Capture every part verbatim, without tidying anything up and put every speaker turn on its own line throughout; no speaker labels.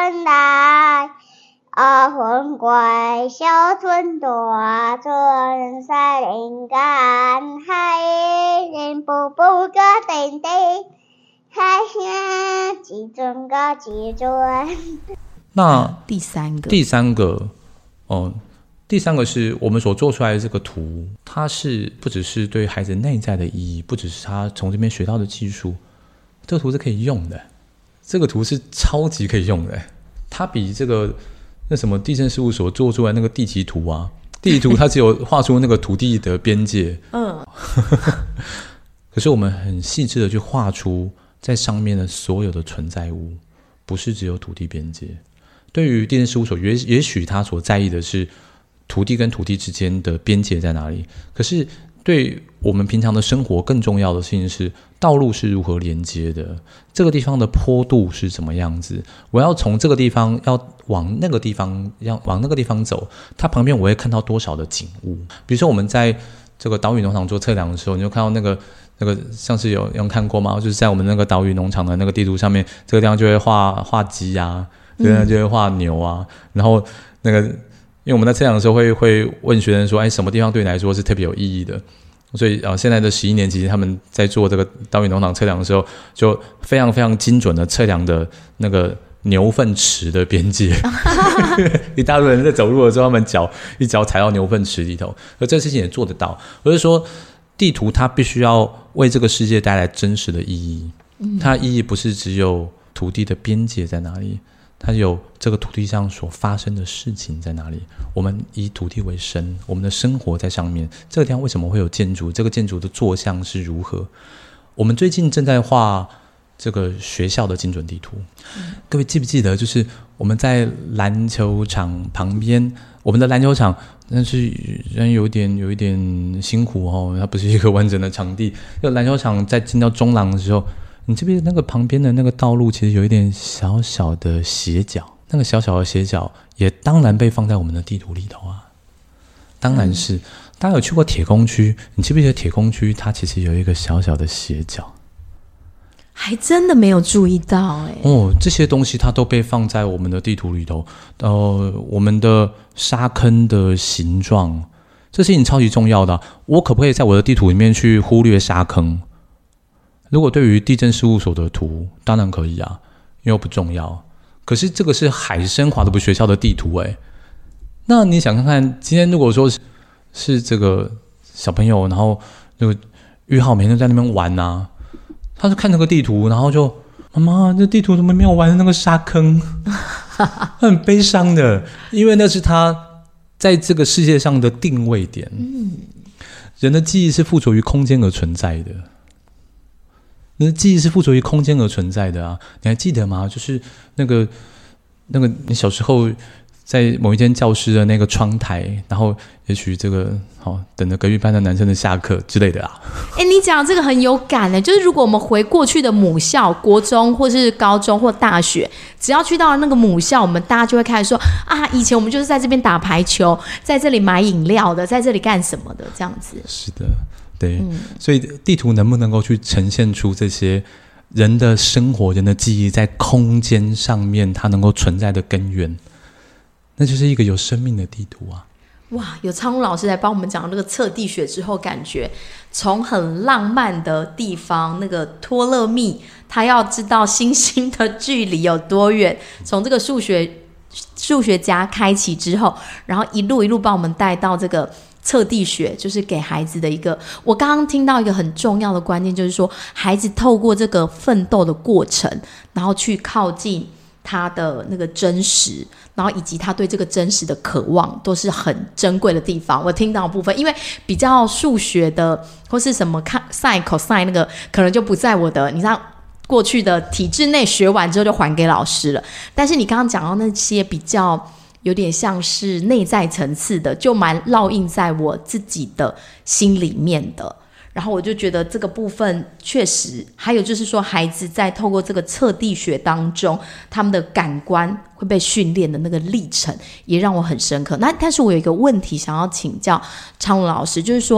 春来，二分归，小春大，春山林间，海人步步个点点，海声一阵个一阵。
那
第三个，
第三个，哦，第三个是我们所做出来的这个图，它是不只是对孩子内在的意义，不只是他从这边学到的技术，这个图是可以用的，这个图是超级可以用的，它比这个那什么地政事务所做出来那个地籍图啊，地籍图它只有画出那个土地的边界，嗯，可是我们很细致的去画出在上面的所有的存在物，不是只有土地边界。对于地政事务所，也也许他所在意的是土地跟土地之间的边界在哪里，可是对我们平常的生活更重要的事情是道路是如何连接的，这个地方的坡度是怎么样子，我要从这个地方要往那个地方要往那个地方走，它旁边我会看到多少的景物。比如说我们在这个岛屿农场做测量的时候，你就看到那个那个上次有有看过吗？就是在我们那个岛屿农场的那个地图上面，这个地方就会画画鸡啊，这个地方就会画牛啊，然后那个因为我们在测量的时候会会问学生说，哎，什么地方对你来说是特别有意义的？所以呃，现在的十一年级他们在做这个岛屿农场测量的时候，就非常非常精准的测量的那个牛粪池的边界。一大堆人在走路的时候，他们脚一脚踩到牛粪池里头，而这事情也做得到。我是说，地图它必须要为这个世界带来真实的意义，它的意义不是只有土地的边界在哪里。它有这个土地上所发生的事情在哪里，我们以土地为生，我们的生活在上面，这个地方为什么会有建筑，这个建筑的坐向是如何。我们最近正在画这个学校的精准地图、嗯、各位记不记得就是我们在篮球场旁边，我们的篮球场但是人有点有一点辛苦哦，它不是一个完整的场地，就篮球场在进到中廊的时候，你这边那个旁边的那个道路其实有一点小小的斜角，那个小小的斜角也当然被放在我们的地图里头啊。当然是、嗯、大家有去过铁工区，你记不记得铁工区它其实有一个小小的斜角？
还真的没有注意到哎、欸。
哦，这些东西它都被放在我们的地图里头。呃，我们的沙坑的形状，这事情超级重要的、啊。我可不可以在我的地图里面去忽略沙坑？如果对于地政事务所的图，当然可以啊，因为不重要。可是这个是海生华德福学校的地图哎，那你想看看，今天如果说是是这个小朋友，然后那个玉浩每天在那边玩啊，他就看那个地图，然后就妈妈，这地图怎么没有玩那个沙坑？很悲伤的，因为那是他在这个世界上的定位点。嗯，人的记忆是附着于空间而存在的。那记忆是附着于空间而存在的啊，你还记得吗？就是那个那个你小时候在某一间教室的那个窗台，然后也许这个好、哦、等着隔壁班的男生的下课之类的啊。
哎，你讲这个很有感的，就是如果我们回过去的母校，国中或是高中或大学，只要去到那个母校，我们大家就会开始说啊，以前我们就是在这边打排球，在这里买饮料的，在这里干什么的，这样子。
是的。对、嗯，所以地图能不能够去呈现出这些人的生活、人的记忆在空间上面它能够存在的根源，那就是一个有生命的地图啊！
哇，有昌儒老师来帮我们讲这个测地学之后，感觉从很浪漫的地方，那个托勒密他要知道星星的距离有多远，从这个数学数学家开启之后，然后一路一路帮我们带到这个测地学，就是给孩子的一个，我刚刚听到一个很重要的观念，就是说孩子透过这个奋斗的过程，然后去靠近他的那个真实，然后以及他对这个真实的渴望，都是很珍贵的地方。我听到的部分，因为比较数学的或是什么 sin cosine 那个可能就不在我的，你知道过去的体制内学完之后就还给老师了，但是你刚刚讲到那些比较有点像是内在层次的，就蛮烙印在我自己的心里面的。然后我就觉得这个部分确实，还有就是说孩子在透过这个测地学当中，他们的感官会被训练的那个历程也让我很深刻。那但是我有一个问题想要请教昌儒老师，就是说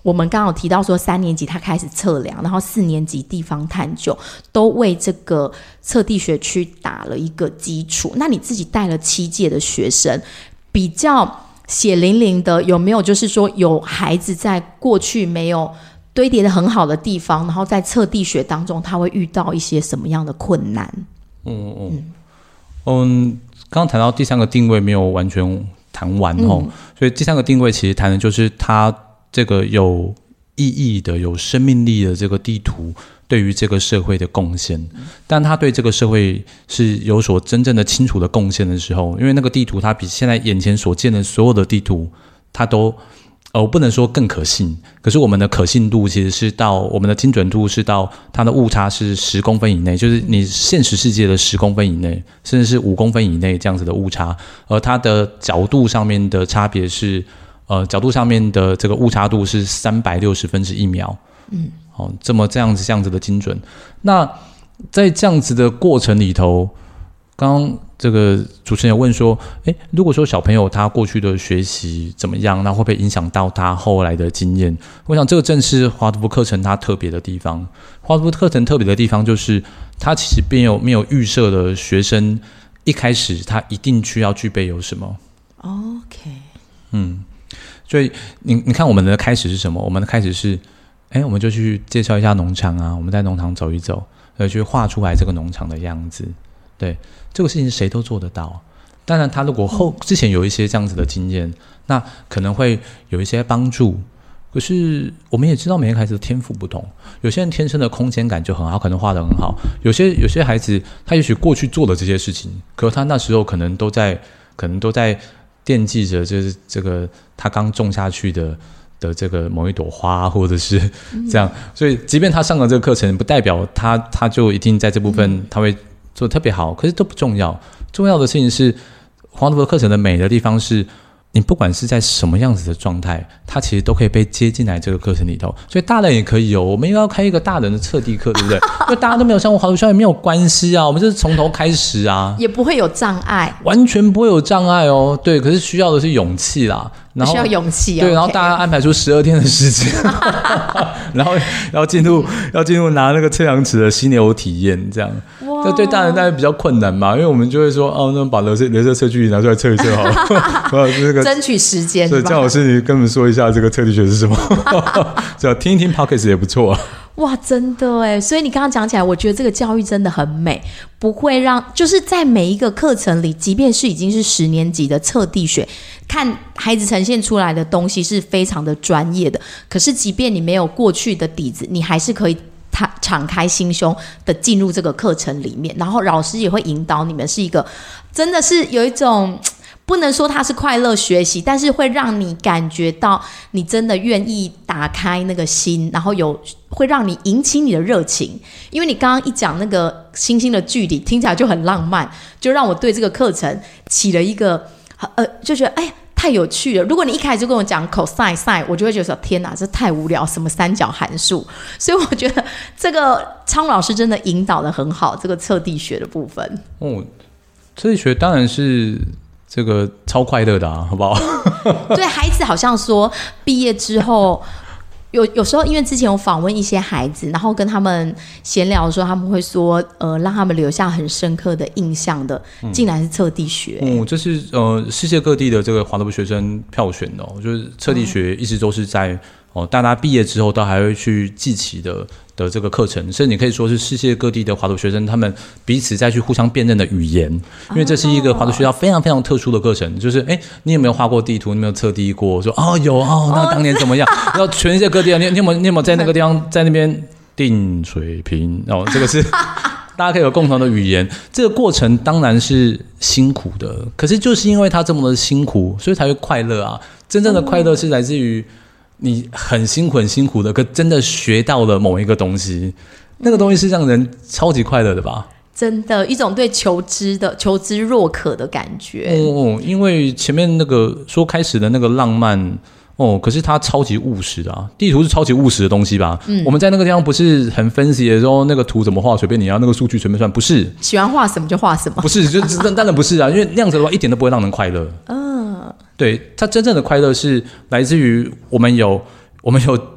我们刚刚有提到说三年级他开始测量，然后四年级地方探究，都为这个测地学区打了一个基础。那你自己带了七届的学生，比较血淋淋的，有没有就是说有孩子在过去没有堆叠的很好的地方，然后在测地学当中他会遇到一些什么样的困难？
嗯嗯嗯，刚刚谈到第三个定位没有完全谈完哦、嗯，所以第三个定位其实谈的就是它这个有意义的、有生命力的这个地图对于这个社会的贡献。但它对这个社会是有所真正的清楚的贡献的时候，因为那个地图它比现在眼前所见的所有的地图，它都呃，我不能说更可信，可是我们的可信度其实是到我们的精准度是到它的误差是十公分以内，就是你现实世界的十公分以内，甚至是五公分以内这样子的误差，而它的角度上面的差别是，呃，角度上面的这个误差度是三百六十分之一秒，嗯，好、哦，这么这样子这样子的精准。那在这样子的过程里头，刚刚这个主持人有问说，诶，如果说小朋友他过去的学习怎么样，那会不会影响到他后来的经验？我想这个正是华德福课程它特别的地方。华德福课程特别的地方就是，它其实没有没有预设的学生一开始他一定需要具备有什么。
OK，
嗯，所以你你看我们的开始是什么？我们的开始是，诶，我们就去介绍一下农场啊，我们在农场走一走，呃，去画出来这个农场的样子。对，这个事情谁都做得到。当然他如果后之前有一些这样子的经验，那可能会有一些帮助。可是我们也知道每个孩子的天赋不同，有些人天生的空间感就很好，可能画得很好，有些有些孩子他也许过去做了这些事情，可是他那时候可能都在可能都在惦记着就是这个他刚种下去的的这个某一朵花，或者是这样、嗯、所以即便他上了这个课程，不代表他他就一定在这部分他会做得特别好，可是都不重要。重要的事情是，华德福课程的美的地方是，你不管是在什么样子的状态，它其实都可以被接进来这个课程里头。所以大人也可以哦，我们又要开一个大人的测地课，对不对？因为大家都没有上过华德福校也没有关系啊，我们就是从头开始啊，
也不会有障碍，
完全不会有障碍哦。对，可是需要的是勇气啦。然后
需要勇气、
对，然后大家安排出十二天的时间，然后要进入要进入拿那个测量尺的犀牛体验，这样，这对大人当然比较困难嘛，因为我们就会说，哦，那把雷射雷射测距拿出来测一测好了，这个
争取时间。
所以姜老师，你跟我们说一下这个测地学是什么？这样听一听 Podcast 也不错啊。
哇，真的耶，所以你刚刚讲起来，我觉得这个教育真的很美，不会让就是在每一个课程里，即便是已经是十年级的测地学，看孩子呈现出来的东西是非常的专业的，可是即便你没有过去的底子，你还是可以他敞开心胸的进入这个课程里面，然后老师也会引导你们，是一个真的是有一种不能说它是快乐学习，但是会让你感觉到你真的愿意打开那个心，然后有会让你引起你的热情。因为你刚刚一讲那个星星的距离，听起来就很浪漫，就让我对这个课程起了一个呃，就觉得哎呀太有趣了。如果你一开始就跟我讲 cosine sin， 我就会觉得说天哪，这太无聊，什么三角函数。所以我觉得这个昌老师真的引导得很好，这个测地学的部分。
哦，测地学当然是这个超快乐的啊，好不好？
对孩子好像说毕业之后有有时候因为之前有访问一些孩子，然后跟他们闲聊的时候，他们会说呃让他们留下很深刻的印象的竟然是测地学。
嗯，这是呃世界各地的这个华德福学生票选的、哦、就是测地学一直都是在哦大家毕业之后都还会去记起的的这个课程，甚至你可以说是世界各地的华德福学生他们彼此再去互相辨认的语言，因为这是一个华德福学校非常非常特殊的课程，就是哎，你有没有画过地图？你有没有测地过？说哦有哦，那当年怎么样？然后全世界各地，你你有没有你有没有在那个地方在那边定水平？哦，这个是大家可以有共同的语言。这个过程当然是辛苦的，可是就是因为它这么的辛苦，所以才会快乐啊！真正的快乐是来自于你很辛苦很辛苦的，可真的学到了某一个东西，那个东西是让人超级快乐的吧？
真的，一种对求知的求知若渴的感觉。
哦，因为前面那个说开始的那个浪漫哦，可是它超级务实的啊！地图是超级务实的东西吧？嗯，我们在那个地方不是很分析的时候，那个图怎么画随便你要，那个数据随便算，不是
喜欢画什么就画什么，
不是，就当然不是啊，因为那样子的话一点都不会让人快乐。嗯，对，它真正的快乐是来自于我们有我们有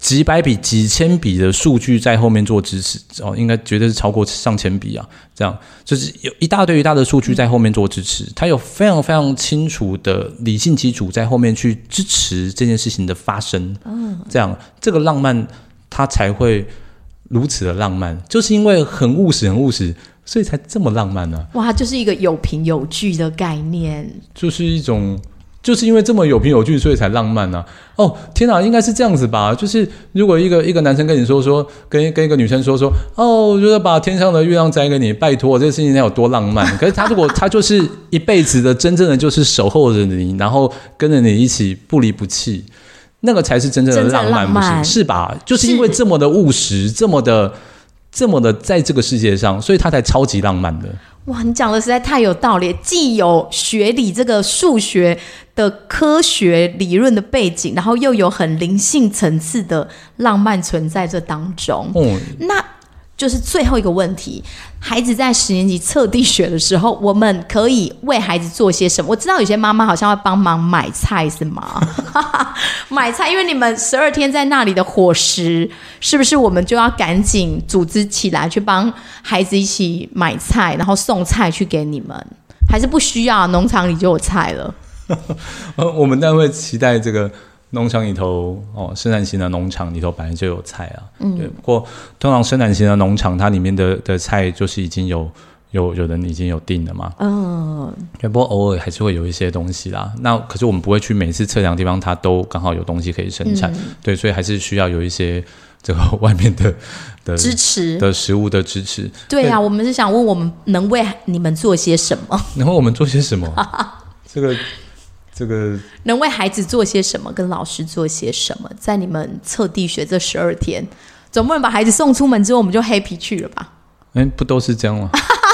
几百笔、几千笔的数据在后面做支持哦，应该绝对是超过上千笔啊！这样就是有一大堆一大的数据在后面做支持，它有非常非常清楚的理性基础在后面去支持这件事情的发生。嗯，这样这个浪漫它才会如此的浪漫，就是因为很务实、很务实，所以才这么浪漫呢、啊。
哇，就是一个有凭有据的概念，
就是一种。就是因为这么有凭有据，所以才浪漫啊！哦，天哪，应该是这样子吧？就是如果一个一个男生跟你说说，跟跟一个女生说说，哦，我觉得把天上的月亮摘给你，拜托，这个事情有多浪漫？可是他如果他就是一辈子的，真正的就是守候着你，然后跟着你一起不离不弃，那个才是真正的浪漫，不是是吧？就是因为这么的务实，这么的这么的在这个世界上，所以他才超级浪漫的。
哇，你讲的实在太有道理，既有学理这个数学的科学理论的背景，然后又有很灵性层次的浪漫存在这当中。嗯，那就是最后一个问题，孩子在十年级测地学的时候，我们可以为孩子做些什么？我知道有些妈妈好像会帮忙买菜，是吗？买菜，因为你们十二天在那里的伙食，是不是我们就要赶紧组织起来去帮孩子一起买菜，然后送菜去给你们？还是不需要？农场里就有菜了。
我们当然会期待这个。农场里头哦，生产型的农场里头本来就有菜啊，嗯，对。不过通常生产型的农场，它里面的的菜就是已经有有有人已经有订了嘛，嗯，不过偶尔还是会有一些东西啦。那可是我们不会去每次测量的地方，它都刚好有东西可以生产，嗯、对，所以还是需要有一些这个外面的的
支持
的食物的支持。
对啊，我们是想问我们能为你们做些什么？
能为我们做些什么？这个。这个
能为孩子做些什么，跟老师做些什么？在你们测地学这十二天，总不能把孩子送出门之后，我们就 happy 去了吧？
哎，不都是这样吗？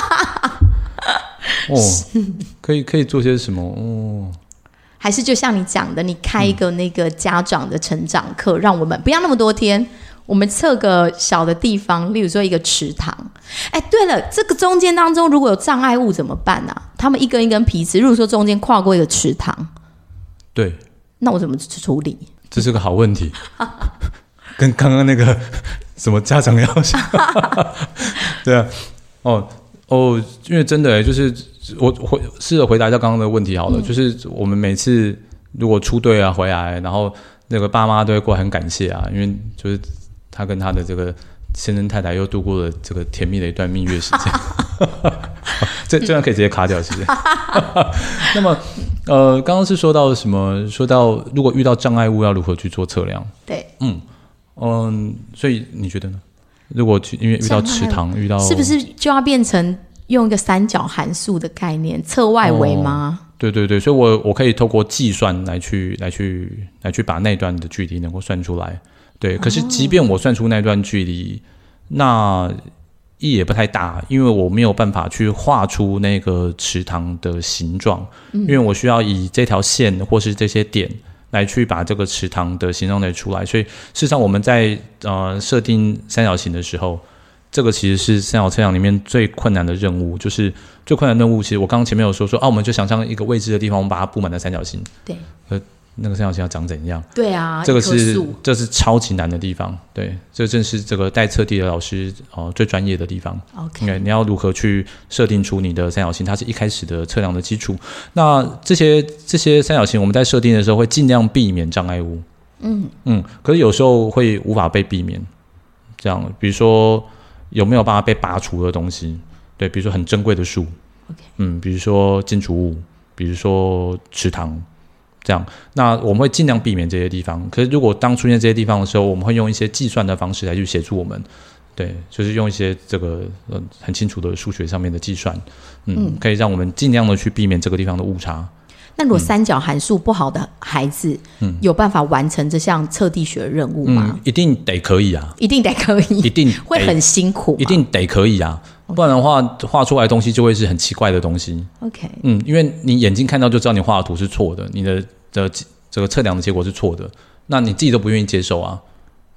哦，可以可以做些什么？哦，
还是就像你讲的，你开一个那个家长的成长课，嗯、让我们不要那么多天。我们测个小的地方，例如说一个池塘。哎，对了，这个中间当中如果有障碍物怎么办啊？他们一根一根皮尺，如果说中间跨过一个池塘，
对，
那我怎么处理？
这是个好问题，跟刚刚那个什么家长要想，对啊，哦哦，因为真的就是我回试着回答一下刚刚的问题好了，嗯、就是我们每次如果出队啊回来，然后那个爸妈都会过来很感谢啊，因为就是。他跟他的这个先生太太又度过了这个甜蜜的一段蜜月时间，这这样可以直接卡掉，是不是？那么，呃，刚刚是说到什么？说到如果遇到障碍物要如何去做测量？
对，
嗯嗯，所以你觉得呢？如果去因为遇到池塘，遇到
是不是就要变成用一个三角函数的概念测外围吗？
哦对对对，所以我我可以透过计算来去来去来去把那段的距离能够算出来。对，可是即便我算出那段距离，哦、那意义也不太大，因为我没有办法去画出那个池塘的形状，嗯、因为我需要以这条线或是这些点来去把这个池塘的形状带出来。所以事实上我们在呃设定三角形的时候，这个其实是三角测量里面最困难的任务，就是最困难的任务。其实我刚刚前面有说说啊，我们就想象一个未知的地方，我们把它布满了三角形。
对。
呃那个三角形要长怎样？
对啊，
这个是这是超级难的地方。对，这正是这个带测地的老师哦、呃、最专业的地方。
OK，
你要如何去设定出你的三角形？它是一开始的测量的基础。那这些这些三角形，我们在设定的时候会尽量避免障碍物。嗯嗯，可是有时候会无法被避免。这样，比如说有没有办法被拔除的东西？对，比如说很珍贵的树。
OK，
嗯，比如说建筑物，比如说池塘。这样，那我们会尽量避免这些地方。可是，如果当出现这些地方的时候，我们会用一些计算的方式来去协助我们。对，就是用一些这个呃很清楚的数学上面的计算，嗯，嗯可以让我们尽量的去避免这个地方的误差。
那如果三角函数不好的孩子，嗯，有办法完成这项测地学任务吗？
嗯，一定得可以啊，
一定得可以，
一定
会很辛苦，
一定得可以啊。不然的话，画出来的东西就会是很奇怪的东西。
OK，
嗯，因为你眼睛看到就知道你画的图是错的，你的的这个测量的结果是错的，那你自己都不愿意接受啊。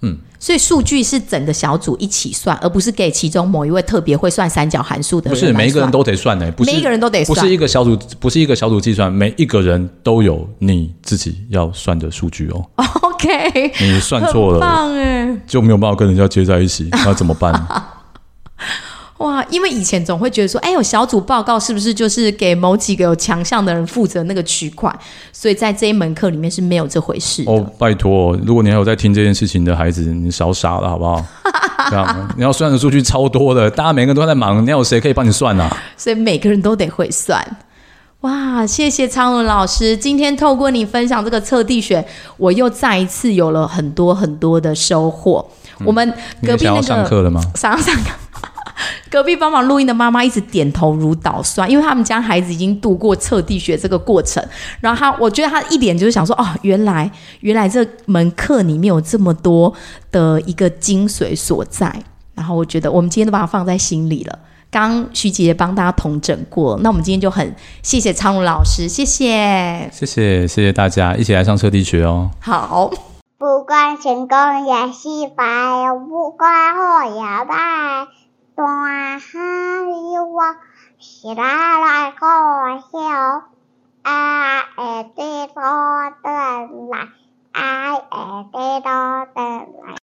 嗯，
所以数据是整个小组一起算，而不是给其中某一位特别会算三角函数的人来算。
不是每一个人都得算呢、欸，不是
每一个人都得算，
不是一个小组，不是一个小组计算，每一个人都有你自己要算的数据哦。
OK，
你算错了，
很棒哎，
就没有办法跟人家接在一起，那怎么办？
哇，因为以前总会觉得说，哎，有小组报告是不是就是给某几个有强项的人负责那个区块？所以在这一门课里面是没有这回事的。
哦，拜托，如果你还有在听这件事情的孩子，你少傻了好不好？这样，你要算的数据超多的，大家每个人都在忙，你要有谁可以帮你算啊？
所以每个人都得会算。哇，谢谢昌伦老师，今天透过你分享这个测地学，我又再一次有了很多很多的收获。嗯、我们隔壁那个
你想要上课了吗？
想要上课。隔壁帮忙录音的妈妈一直点头如捣蒜，因为他们家孩子已经度过测地学这个过程，然后他，我觉得他一脸就是想说，哦，原来原来这门课里面有这么多的一个精髓所在，然后我觉得我们今天都把它放在心里了。刚刚徐姐姐帮大家统整过，那我们今天就很谢谢昌伦老师，谢谢，
谢谢谢谢大家，一起来上测地学哦。
好，
不管成功也失败，不管好也坏。大海我是来来过晓，爱会得到的来，爱会得到的